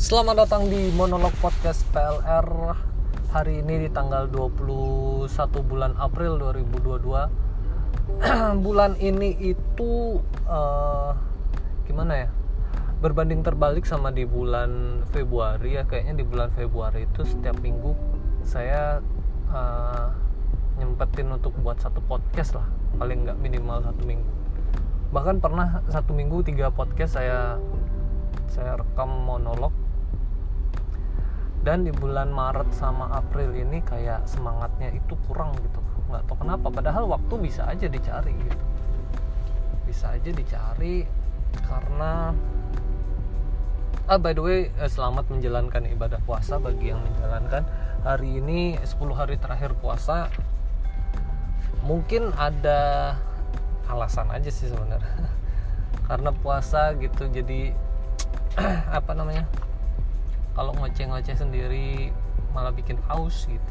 Selamat datang di Monolog Podcast PLR. Hari ini di tanggal 21 bulan April 2022. Bulan ini itu gimana ya, berbanding terbalik sama di bulan Februari ya. Kayaknya di bulan Februari itu setiap minggu saya nyempetin untuk buat satu podcast lah, paling nggak minimal satu minggu. Bahkan pernah satu minggu 3 podcast saya rekam monolog. Dan di bulan Maret sama April ini kayak semangatnya itu kurang gitu, nggak tahu kenapa. Padahal waktu bisa aja dicari gitu, bisa aja dicari karena by the way, selamat menjalankan ibadah puasa bagi yang menjalankan. Hari ini 10 hari terakhir puasa. Mungkin ada alasan aja sih sebenarnya karena puasa gitu, jadi kalau ngoceh-ngoceh sendiri malah bikin haus gitu.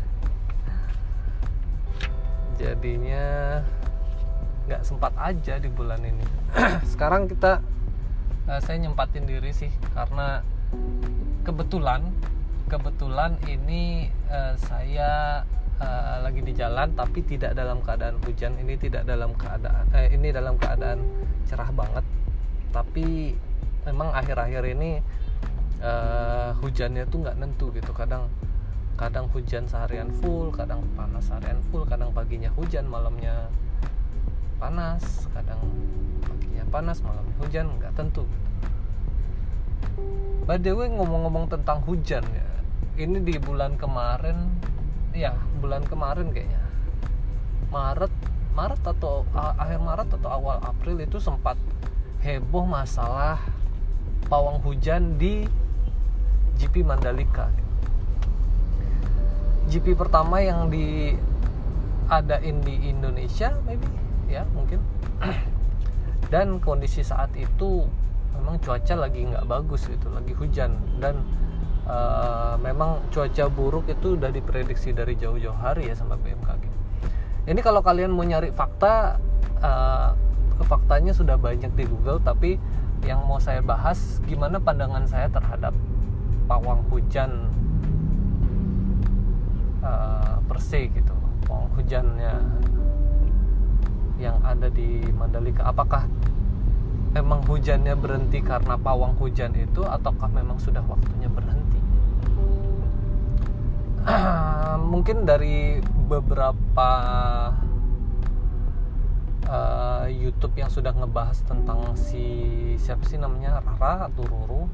Jadinya nggak sempat aja di bulan ini. Sekarang saya nyempatin diri sih karena kebetulan ini saya lagi di jalan, tapi tidak dalam keadaan hujan. Ini dalam keadaan cerah banget. Tapi memang akhir-akhir ini hujannya tuh nggak nentu gitu. Kadang hujan seharian full, kadang panas seharian full, kadang paginya hujan malamnya panas, kadang paginya panas malamnya hujan, nggak tentu gitu. By the way, ngomong-ngomong tentang hujan ya, ini di bulan kemarin kayaknya Maret atau akhir Maret atau awal April itu sempat heboh masalah pawang hujan di GP Mandalika. GP pertama yang diadain di Indonesia mungkin. Dan kondisi saat itu memang cuaca lagi nggak bagus gitu, lagi hujan. Dan memang cuaca buruk itu udah diprediksi dari jauh-jauh hari ya sama BMKG. Ini kalau kalian mau nyari fakta, faktanya sudah banyak di Google, tapi yang mau saya bahas gimana pandangan saya terhadap pawang hujan per se gitu, pawang hujannya yang ada di Mandalika. Apakah memang hujannya berhenti karena pawang hujan itu, ataukah memang sudah waktunya berhenti? Mungkin dari beberapa YouTube yang sudah ngebahas tentang siapa sih namanya, Rara atau Roro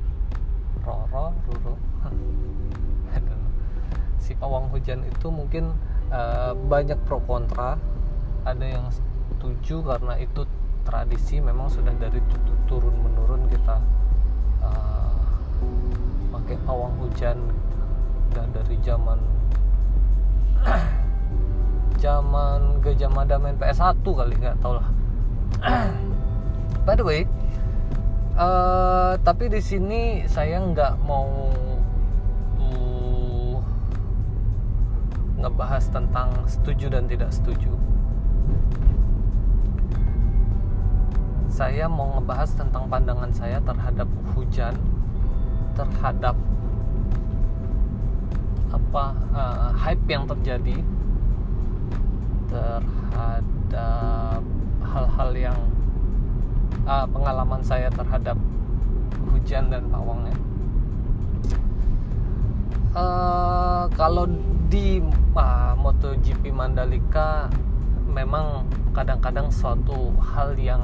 si pawang hujan itu, mungkin banyak pro kontra. Ada yang setuju karena itu tradisi, memang sudah dari turun menurun kita pakai pawang hujan dan dari zaman Gajah Mada main PS1 kali, nggak tau lah. By the way, tapi di sini saya nggak mau ngebahas tentang setuju dan tidak setuju. Saya mau ngebahas tentang pandangan saya terhadap hujan, terhadap hype yang terjadi, terhadap hal-hal yang pengalaman saya terhadap hujan dan pawangnya. Kalau di MotoGP Mandalika memang kadang-kadang suatu hal yang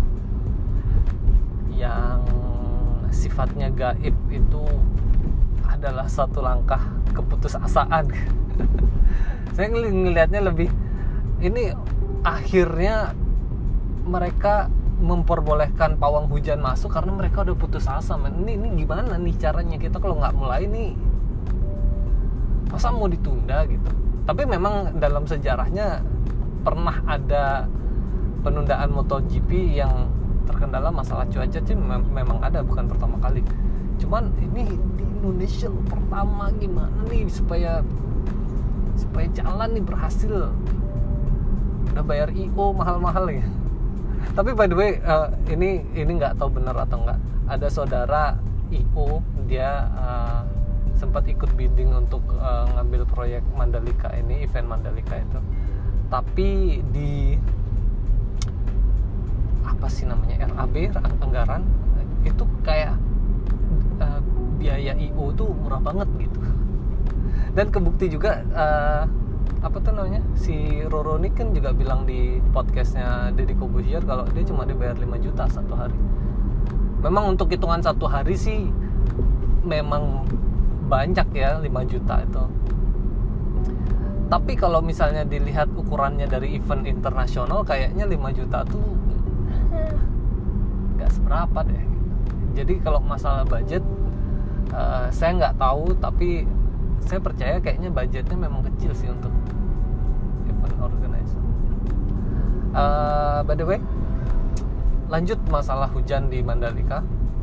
sifatnya gaib itu adalah suatu langkah keputusasaan. Saya ngelihatnya lebih, ini akhirnya mereka memperbolehkan pawang hujan masuk karena mereka udah putus asa. Ini gimana nih caranya, kita kalau nggak mulai nih masa mau ditunda gitu. Tapi memang dalam sejarahnya pernah ada penundaan MotoGP yang terkendala masalah cuaca sih, memang ada, bukan pertama kali. Cuman ini di Indonesia pertama, gimana nih supaya jalan nih berhasil. Udah bayar IO mahal-mahal ya. Tapi by the way, ini nggak tahu benar atau enggak, ada saudara IO, dia sempat ikut bidding untuk ngambil proyek Mandalika ini, event Mandalika itu. Tapi di apa sih namanya, RAB, anggaran itu kayak biaya IO tuh murah banget gitu. Dan kebukti juga apa tuh namanya, si Roro ini kan juga bilang di podcastnya Deddy Corbuzier kalau dia cuma dibayar 5 juta satu hari. Memang untuk hitungan satu hari sih memang banyak ya 5 juta itu. Tapi kalau misalnya dilihat ukurannya dari event internasional, kayaknya 5 juta tuh gak seberapa deh. Jadi kalau masalah budget saya nggak tahu, tapi saya percaya kayaknya budgetnya memang kecil sih untuk event organizer. By the way, lanjut masalah hujan di Mandalika.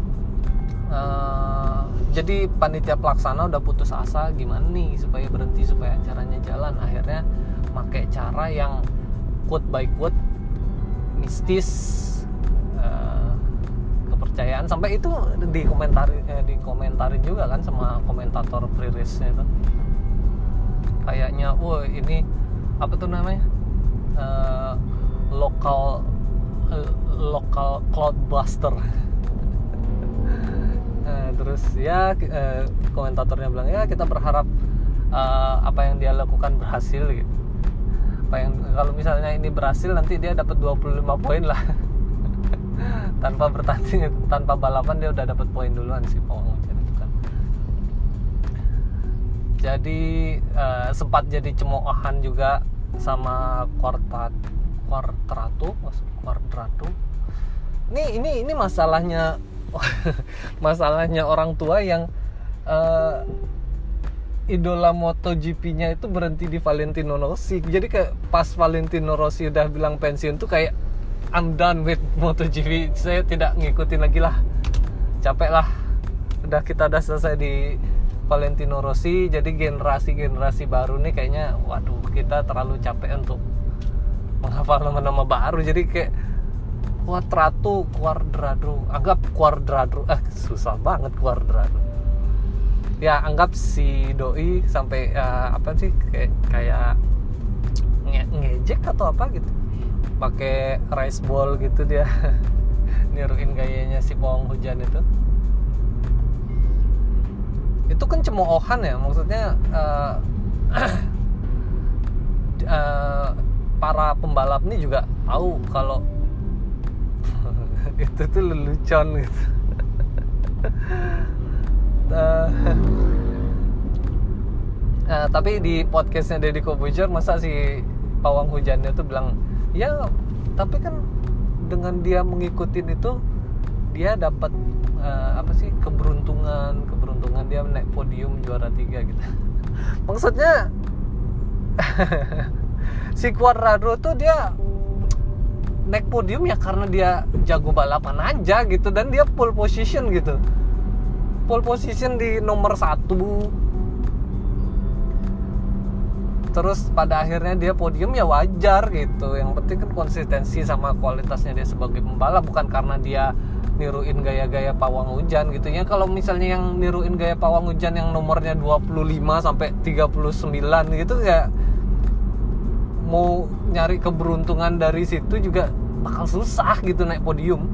Jadi panitia pelaksana udah putus asa gimana nih supaya berhenti, supaya acaranya jalan. Akhirnya pakai cara yang quote by quote mistis, kepercayaan, sampai itu dikomentarin juga kan sama komentator pre-race-nya itu. Kayaknya ini apa tuh namanya, local cloudbuster. Terus ya komentatornya bilang ya kita berharap apa yang dia lakukan berhasil gitu. Kalau misalnya ini berhasil, nanti dia dapat 25 poin lah. Tanpa bertanding, tanpa balapan dia udah dapat poin duluan sih pawang hujan itu kan. Jadi sempat jadi cemoohan juga sama Quartararo. Ini masalahnya masalahnya orang tua yang idola MotoGP-nya itu berhenti di Valentino Rossi. Jadi kayak pas Valentino Rossi udah bilang pensiun tuh kayak I'm done with MotoGP, saya tidak ngikutin lagi lah, capek lah, kita udah selesai di Valentino Rossi. Jadi generasi baru nih kayaknya waduh, kita terlalu capek untuk menghafal nama-nama baru. Jadi kayak Quartararo, anggap Quartararo, susah banget Quartararo. Ya anggap si doi sampai apa sih, kayak ngejek atau apa gitu, pakai rice ball gitu dia niruin gayanya si pawang hujan itu. Itu kan cemoohan ya, maksudnya para pembalap ini juga tahu kalau itu tuh lelucon gitu. Tapi di podcastnya Deddy Corbuzier, masa si pawang hujannya tuh bilang ya, tapi kan dengan dia mengikutin itu dia dapat apa sih, keberuntungan dia naik podium juara 3 gitu. Maksudnya si Quartararo tuh dia naik podium ya karena dia jago balapan aja gitu, dan dia pole position gitu, pole position di nomor 1. Terus pada akhirnya dia podium ya wajar gitu. Yang penting kan konsistensi sama kualitasnya dia sebagai pembalap, bukan karena dia niruin gaya-gaya pawang hujan gitu ya. Kalau misalnya yang niruin gaya pawang hujan yang nomornya 25 sampai 39 gitu ya, mau nyari keberuntungan dari situ juga bakal susah gitu naik podium.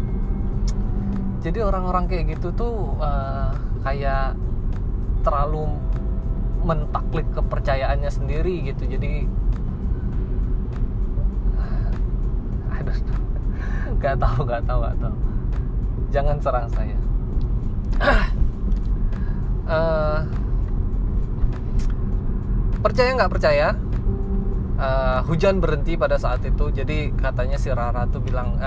Jadi orang-orang kayak gitu tuh kayak terlalu mentaklik kepercayaannya sendiri gitu. Jadi Gak tahu. Jangan serang saya. Percaya nggak percaya, hujan berhenti pada saat itu. Jadi katanya si Rara tuh bilang,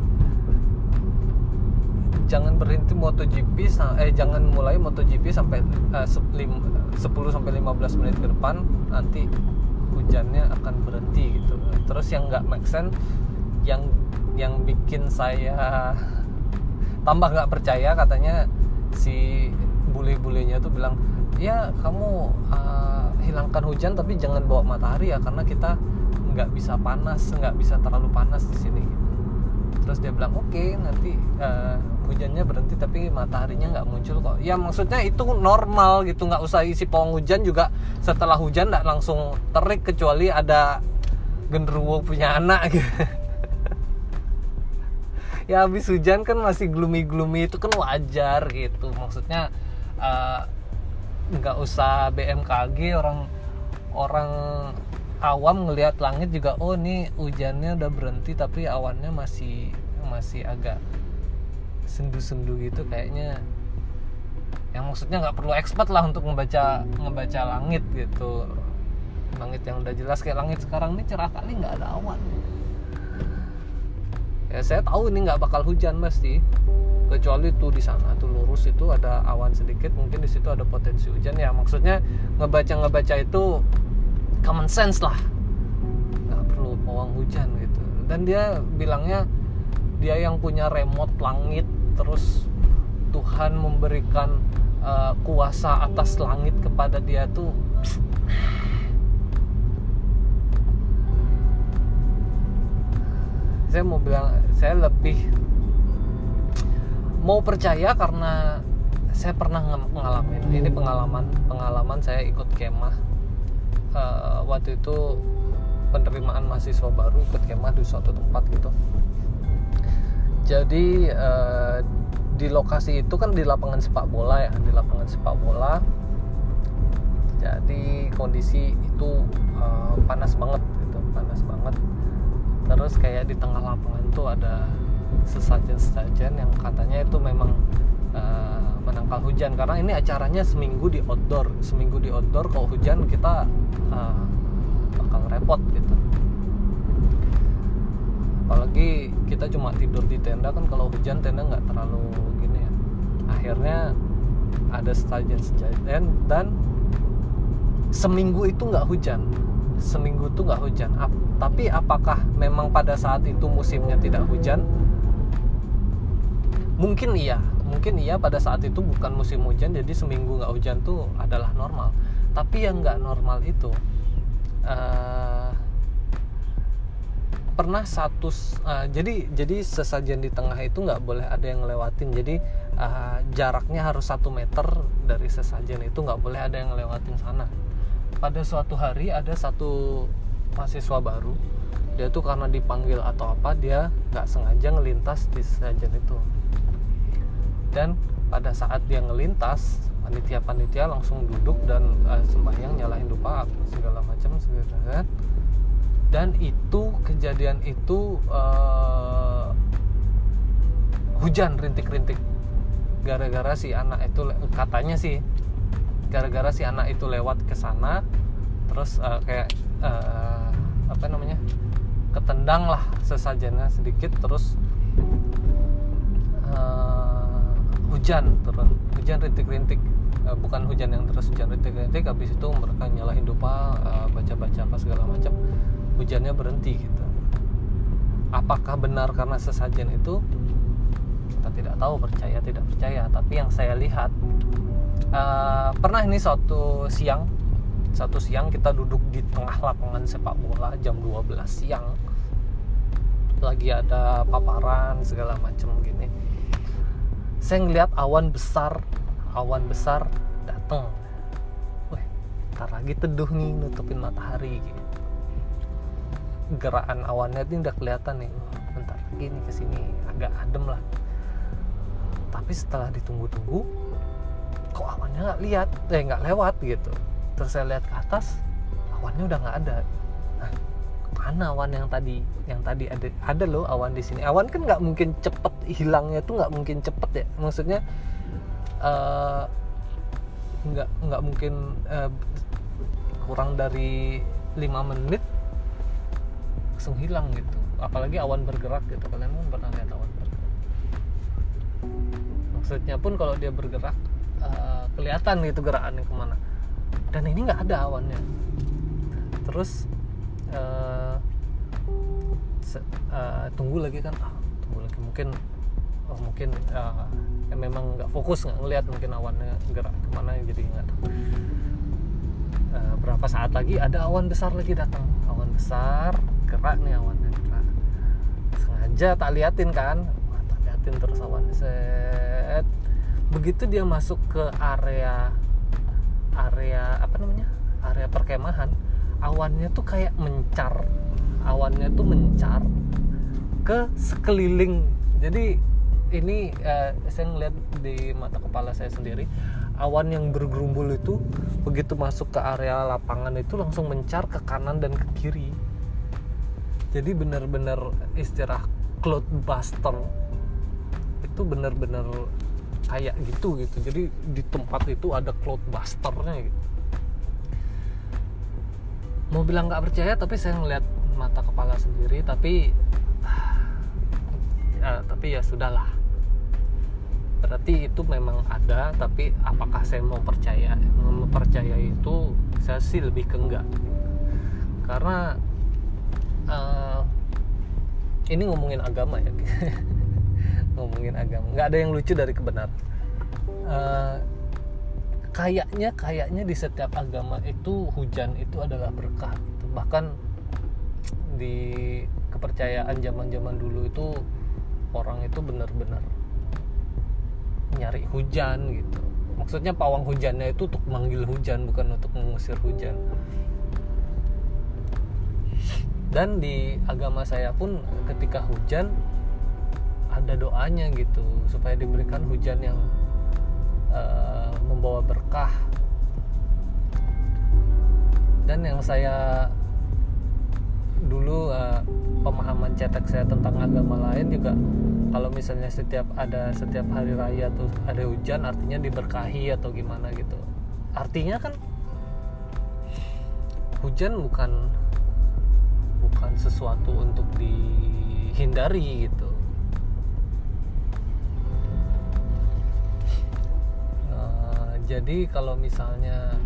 jangan berhenti MotoGP, jangan mulai MotoGP sampai 10 sampai 15 menit ke depan, nanti hujannya akan berhenti gitu. Terus yang nggak make sense, yang bikin saya tambah nggak percaya, katanya si bule-bulenya tuh bilang, ya kamu hilangkan hujan tapi jangan bawa matahari ya, karena kita nggak bisa terlalu panas di sini. Terus dia bilang oke, nanti hujannya berhenti tapi mataharinya nggak muncul kok. Ya maksudnya itu normal gitu, nggak usah isi pawang hujan juga setelah hujan nggak langsung terik kecuali ada genderuwo punya anak gitu. Ya habis hujan kan masih gloomy itu kan wajar gitu. Maksudnya nggak usah BMKG, orang awam ngelihat langit juga, oh ini hujannya udah berhenti tapi awannya masih agak sendu-sendu gitu kayaknya. Yang maksudnya nggak perlu expert lah untuk ngebaca langit gitu. Langit yang udah jelas kayak langit sekarang ini cerah kali, nggak ada awan. Ya saya tahu ini nggak bakal hujan pasti, kecuali tuh di sana tuh lurus itu ada awan sedikit, mungkin di situ ada potensi hujan. Ya maksudnya ngebaca itu common sense lah, nggak perlu pawang hujan gitu. Dan dia bilangnya dia yang punya remote langit, terus Tuhan memberikan kuasa atas langit kepada dia tuh. Saya mau bilang, saya lebih mau percaya karena saya pernah ngalamin. Ini pengalaman saya ikut kemah. Waktu itu penerimaan mahasiswa baru, ikut kemah di suatu tempat gitu. Jadi di lokasi itu kan di lapangan sepak bola ya, di lapangan sepak bola. Jadi kondisi itu panas banget gitu, panas banget. Terus kayak di tengah lapangan tuh ada sesajen yang katanya itu memang menangkal hujan, karena ini acaranya seminggu di outdoor. Kalau hujan kita bakal repot gitu. Apalagi kita cuma tidur di tenda kan, kalau hujan tenda nggak terlalu gini ya. Akhirnya ada sesajen dan seminggu itu nggak hujan. Tapi apakah memang pada saat itu musimnya tidak hujan? Mungkin iya pada saat itu bukan musim hujan, jadi seminggu nggak hujan tuh adalah normal. Tapi yang nggak normal itu pernah jadi sesajen di tengah itu nggak boleh ada yang ngelewatin. Jadi jaraknya harus 1 meter dari sesajen itu, nggak boleh ada yang ngelewatin sana. Pada suatu hari ada satu mahasiswa baru, dia tuh karena dipanggil atau apa, dia nggak sengaja ngelintas di sesajen itu. Dan pada saat dia ngelintas, panitia langsung duduk dan sembahyang, nyalain dupa segala macam. Dan itu kejadian itu hujan rintik-rintik gara-gara si anak itu, katanya sih gara-gara si anak itu lewat ke sana, terus kayak ketendang lah sesajennya sedikit, terus hujan rintik-rintik, bukan hujan yang terus, hujan rintik-rintik. Habis itu mereka nyalahin dupa, baca-baca apa segala macam, hujannya berhenti gitu. Apakah benar karena sesajen itu? Kita tidak tahu, percaya tidak percaya. Tapi yang saya lihat, pernah ini satu siang kita duduk di tengah lapangan sepak bola jam 12 siang, lagi ada paparan segala macam gini. Saya ngeliat awan besar datang. Wih, ntar lagi teduh nih, nutupin matahari gitu. Gerakan awannya ini udah kelihatan nih, bentar lagi nih kesini agak adem lah. Tapi setelah ditunggu-tunggu, kok awannya nggak lewat gitu. Terus saya lihat ke atas, awannya udah nggak ada. Nah, mana awan yang tadi ada loh awan di sini. Awan kan nggak mungkin cepet hilangnya, tuh nggak mungkin cepet ya. Maksudnya nggak mungkin kurang dari 5 menit langsung hilang gitu. Apalagi awan bergerak gitu. Kalian kan pernah lihat awan bergerak? Maksudnya pun kalau dia bergerak kelihatan gitu gerakannya kemana. Dan ini nggak ada awannya. Terus tunggu lagi mungkin memang nggak fokus, nggak ngelihat, mungkin awannya gerak kemana, jadi nggak tahu. Berapa saat lagi ada awan besar lagi datang, awan besar gerak nih, awannya gerak. sengaja tak liatin kan, tak liatin terus awan set. Begitu dia masuk ke area apa namanya, area perkemahan, awannya tuh kayak mencar ke sekeliling. Jadi ini saya ngeliat di mata kepala saya sendiri, awan yang bergerumbul itu begitu masuk ke area lapangan itu langsung mencar ke kanan dan ke kiri. Jadi benar-benar istilah cloud buster itu benar-benar kayak gitu. Jadi di tempat itu ada cloud busternya gitu. Mau bilang nggak percaya, tapi saya ngeliat mata kepala sendiri. Tapi ya sudahlah, berarti itu memang ada. Tapi apakah saya mau percaya itu, saya sih lebih ke enggak. Karena ini ngomongin agama ya. Ngomongin agama, nggak ada yang lucu dari kebenaran. Kayaknya di setiap agama itu hujan itu adalah berkah gitu. Bahkan di kepercayaan zaman dulu itu orang itu benar-benar nyari hujan gitu. Maksudnya pawang hujannya itu untuk manggil hujan, bukan untuk mengusir hujan. Dan di agama saya pun ketika hujan ada doanya gitu, supaya diberikan hujan yang membawa berkah. Dan yang saya dulu pemahaman cetek saya tentang agama lain juga, kalau misalnya setiap hari raya tuh ada hujan, artinya diberkahi atau gimana gitu. Artinya kan hujan bukan sesuatu untuk dihindari gitu. Jadi kalau misalnya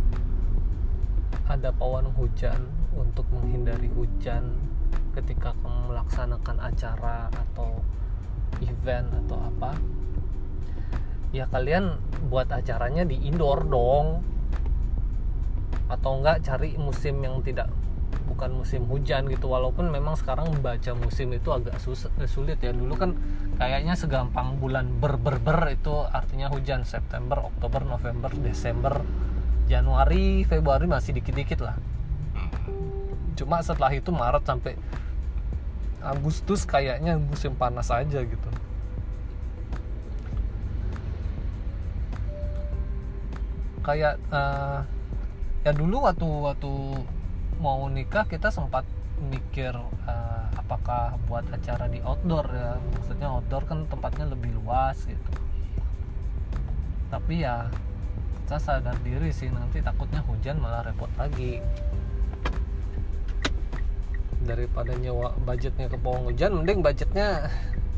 ada pawang hujan untuk menghindari hujan ketika kamu melaksanakan acara atau event atau apa, ya kalian buat acaranya di indoor dong, atau enggak cari musim yang bukan musim hujan gitu. Walaupun memang sekarang membaca musim itu agak sulit ya. Dulu kan kayaknya segampang bulan ber itu artinya hujan. September, Oktober, November, Desember, Januari, Februari masih dikit-dikit lah. Cuma setelah itu Maret sampai Agustus kayaknya musim panas aja gitu. Kayak ya dulu waktu mau nikah kita sempat mikir apakah buat acara di outdoor ya. Maksudnya outdoor kan tempatnya lebih luas gitu. Tapi ya kita sadar diri sih, nanti takutnya hujan malah repot lagi. Daripada nyewa budgetnya ke pawang hujan, mending budgetnya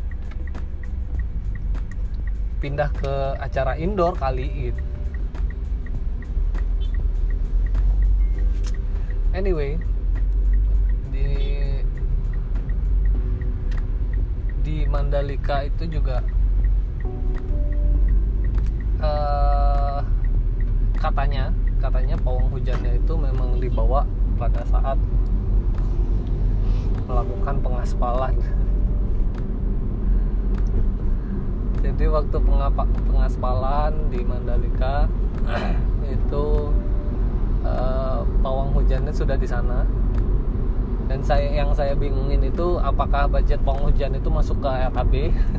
pindah ke acara indoor kali gitu. Anyway, di Mandalika itu juga katanya pawang hujannya itu memang dibawa pada saat melakukan pengaspalan. Jadi waktu pengaspalan di Mandalika itu pawang hujannya sudah di sana. Dan yang saya bingungin itu, apakah budget pawang hujan itu masuk ke RAB?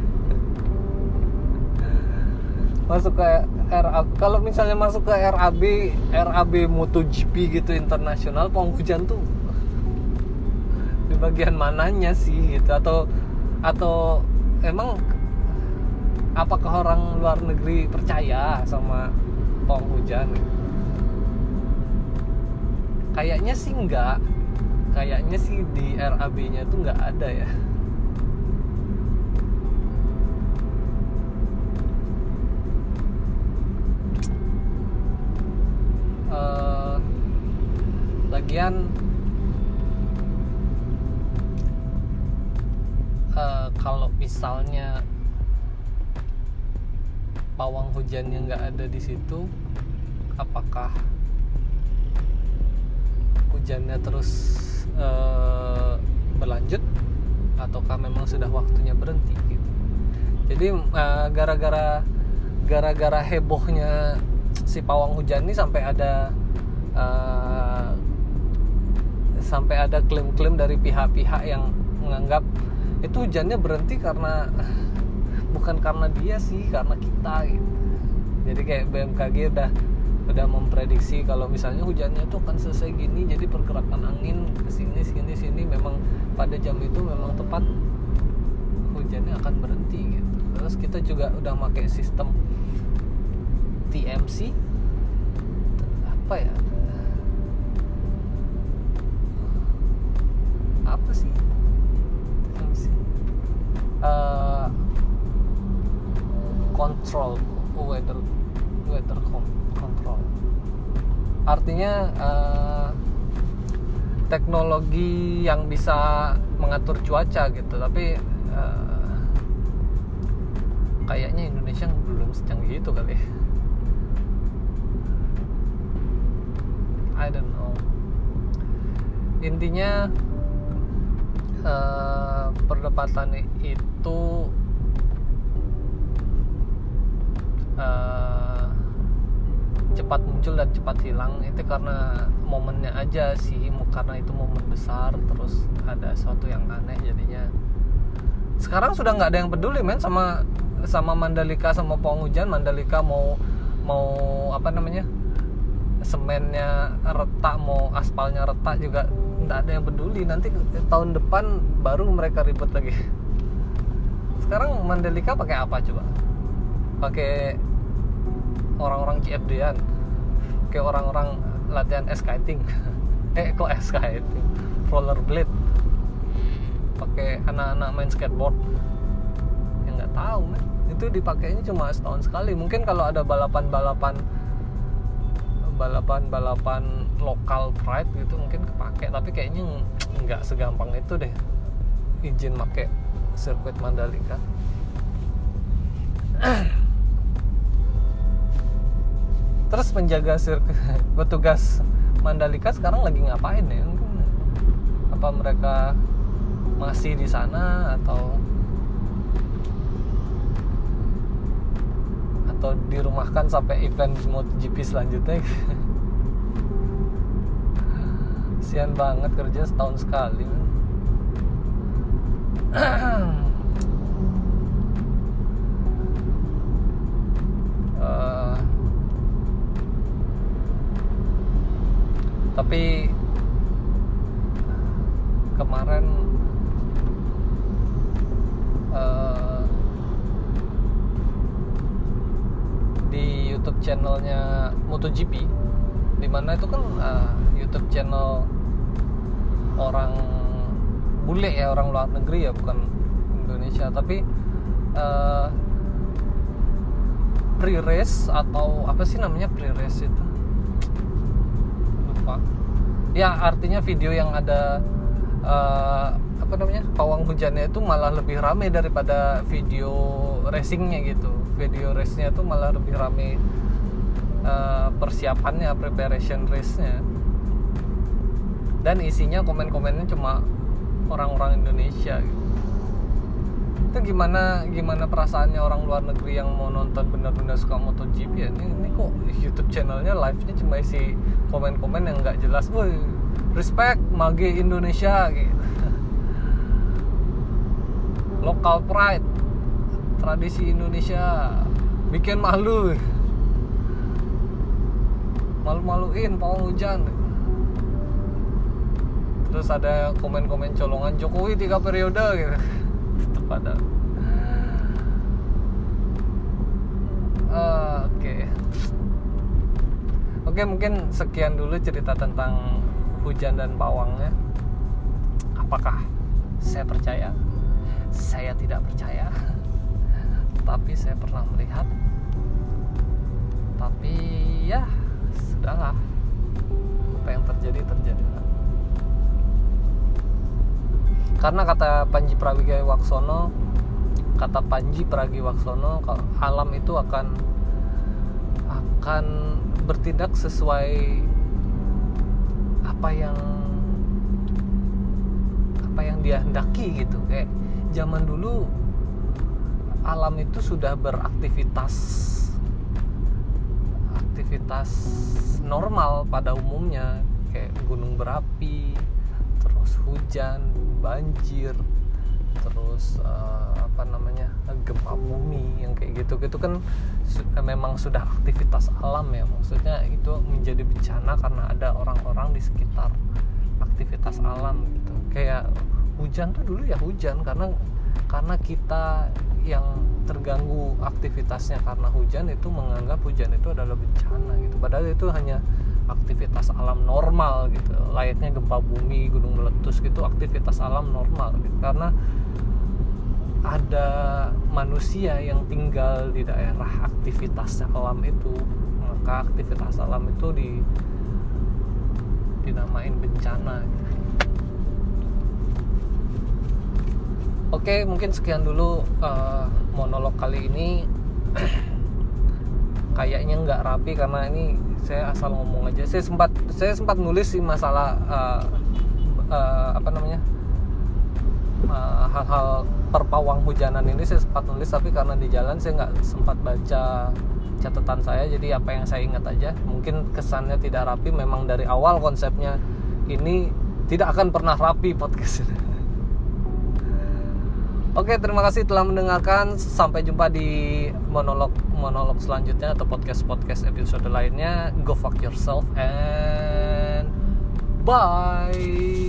Masuk ke RAB. Kalau misalnya masuk ke RAB MotoGP gitu internasional, pawang hujan tuh di bagian mananya sih gitu? Atau emang apakah orang luar negeri percaya sama pawang hujan? Kayaknya sih enggak. Kayaknya sih di RAB-nya tuh enggak ada ya. Lagian kalau misalnya pawang hujannya nggak ada di situ, apakah hujannya terus berlanjut ataukah apakah memang sudah waktunya berhenti gitu. Jadi gara-gara hebohnya si pawang hujan ini sampai ada klaim-klaim dari pihak-pihak yang menganggap itu hujannya berhenti karena bukan karena dia sih, karena kita gitu. Jadi kayak BMKG udah memprediksi kalau misalnya hujannya itu akan selesai gini, jadi pergerakan angin ke sini memang pada jam itu memang tepat hujannya akan berhenti gitu. Terus kita juga udah pakai sistem TMC, apa ya, apa sih TMC, control weather control, artinya teknologi yang bisa mengatur cuaca gitu. Tapi kayaknya Indonesia belum secanggih itu kali. I don't know. Intinya perdebatan itu cepat muncul dan cepat hilang itu karena momennya aja sih, karena itu momen besar. Terus ada sesuatu yang aneh, jadinya sekarang sudah nggak ada yang peduli men sama Mandalika, sama pawang hujan. Mandalika mau apa namanya, semennya retak, mau aspalnya retak juga nggak ada yang peduli. Nanti tahun depan baru mereka ribet lagi. Sekarang Mandalika pakai apa coba? Pakai orang-orang CFD-an, kayak orang-orang latihan skating. Kok skating, rollerblade, pakai anak-anak main skateboard. Yang nggak tahu men, itu dipakainya cuma setahun sekali. Mungkin kalau ada balapan lokal pride gitu mungkin kepake, tapi kayaknya nggak segampang itu deh izin pakai sirkuit Mandalika. Terus penjaga petugas Mandalika sekarang lagi ngapain ya? Apa mereka masih di sana atau dirumahkan sampai event MotoGP selanjutnya? Sian banget kerja setahun sekali. Tapi kemarin di YouTube channelnya MotoGP, dimana itu kan YouTube channel orang bule ya, orang luar negeri ya, bukan Indonesia. Tapi pre-race atau apa sih namanya, pre-race itu lupa ya, artinya video yang ada apa namanya, pawang hujannya itu malah lebih rame daripada video racingnya gitu. Video race-nya itu malah lebih rame persiapannya, preparation race-nya, dan isinya komen-komennya cuma orang-orang Indonesia gitu. Itu gimana perasaannya orang luar negeri yang mau nonton benar-benar suka MotoGP ya? Ini kok YouTube channelnya live-nya cuma isi komen-komen yang nggak jelas. Woi, respect mage Indonesia gitu. Local pride, tradisi Indonesia, bikin malu-maluin pawang hujan. Terus ada komen-komen colongan Jokowi 3 periode gitu. Tetap ada. Oke, mungkin sekian dulu cerita tentang hujan dan pawangnya. Apakah saya percaya? Saya tidak percaya. Tapi saya pernah melihat. Tapi ya sudahlah, apa yang terjadi terjadilah. Karena kata Panji Pragiwaksono, kalau alam itu akan bertindak sesuai apa yang dia hendaki gitu. Kayak zaman dulu alam itu sudah beraktivitas normal pada umumnya, kayak gunung berapi, terus hujan, banjir, terus gempa bumi yang kayak gitu kan memang sudah aktivitas alam ya. Maksudnya itu menjadi bencana karena ada orang-orang di sekitar aktivitas alam gitu. Kayak hujan tuh dulu ya hujan karena kita yang terganggu aktivitasnya karena hujan itu menganggap hujan itu adalah bencana gitu. Padahal itu hanya aktivitas alam normal gitu, layaknya gempa bumi, gunung meletus gitu, aktivitas alam normal gitu. Karena ada manusia yang tinggal di daerah aktivitasnya alam itu, maka aktivitas alam itu dinamain bencana gitu. Oke, mungkin sekian dulu monolog kali ini. Kayaknya nggak rapi karena ini saya asal ngomong aja. Saya sempat nulis sih masalah hal-hal perpawang hujanan ini. Saya sempat nulis, tapi karena di jalan saya nggak sempat baca catatan saya, jadi apa yang saya ingat aja. Mungkin kesannya tidak rapi, memang dari awal konsepnya ini tidak akan pernah rapi podcast ini. Oke, terima kasih telah mendengarkan. Sampai jumpa di monolog selanjutnya atau podcast episode lainnya. Go fuck yourself and bye.